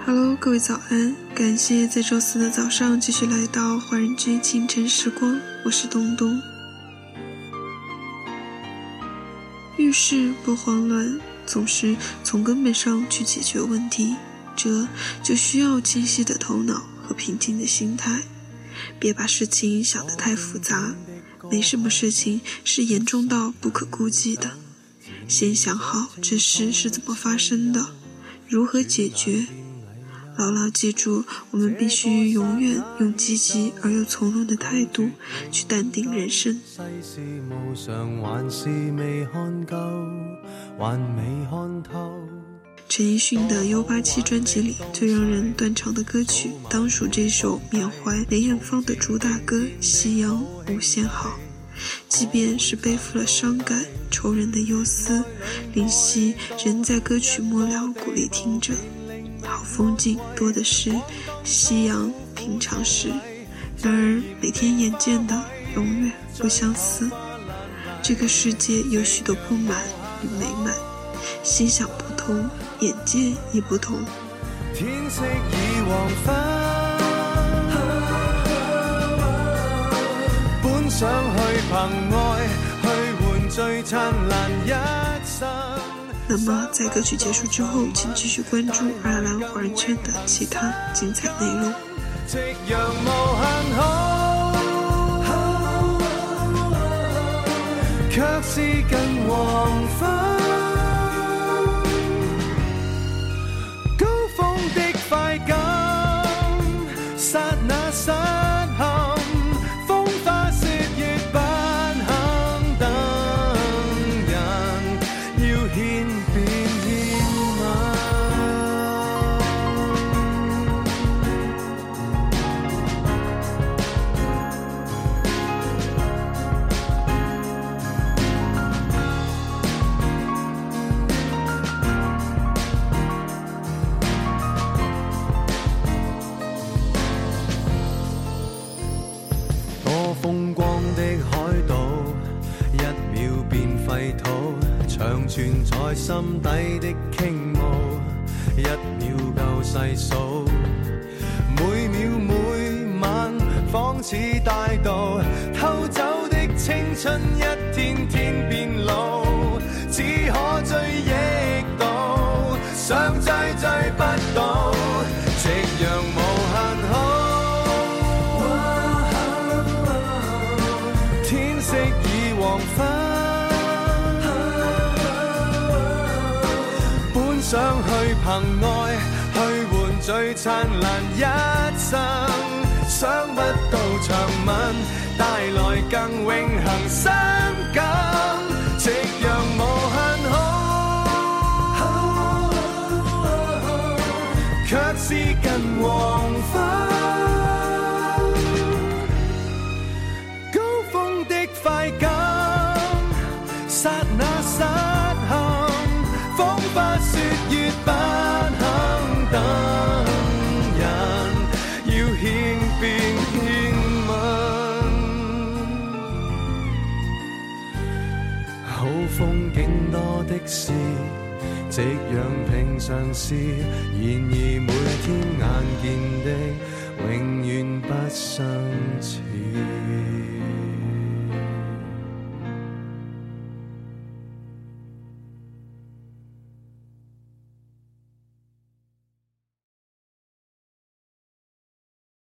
Hello， 各位早安！感谢在周四的早上继续来到华人居清晨时光，我是东东。遇事不慌乱，总是从根本上去解决问题，这就需要清晰的头脑和平静的心态。别把事情想得太复杂，没什么事情是严重到不可估计的。先想好这事是怎么发生的，如何解决。牢牢记住，我们必须永远用积极而又从容的态度去淡定人生。陈奕迅的 U87 专辑里最让人断肠的歌曲，当属这首缅怀梅艳芳的主打歌《夕阳无限好》。即便是背负了伤感愁人的忧思，林夕仍在歌曲末了鼓励听着，好风景多的是，夕阳平常事，然而每天眼见的永远不相似。这个世界有许多不满与美满，心想不同，眼界亦不同。 天色已黃昏，本想去憑愛去換最燦爛一生。 那麼在歌曲結束之後，請繼續關注愛爾蘭華人圈的其他精彩內容。 夕陽無限好，卻是近黃昏。高峰的快感，剎那失陷，風花雪月不肯等人，要獻變獻吻。多風光的海島，一秒變廢土，長存在心底的傾慕，一秒夠細數，每秒每晚仿似大道，偷走的青春一天天變老，只可追憶到，想追追不到，夕陽無限好。天色已黃昏，本想去憑愛去換最燦爛一生，想不到長吻帶來更永恆傷感。夕陽無限好，卻是近黃昏。快感，剎那失陷，風花雪月不肯等人，要獻變獻吻。好風景多的是，夕陽平常事，然而每天眼見的，永遠不相似。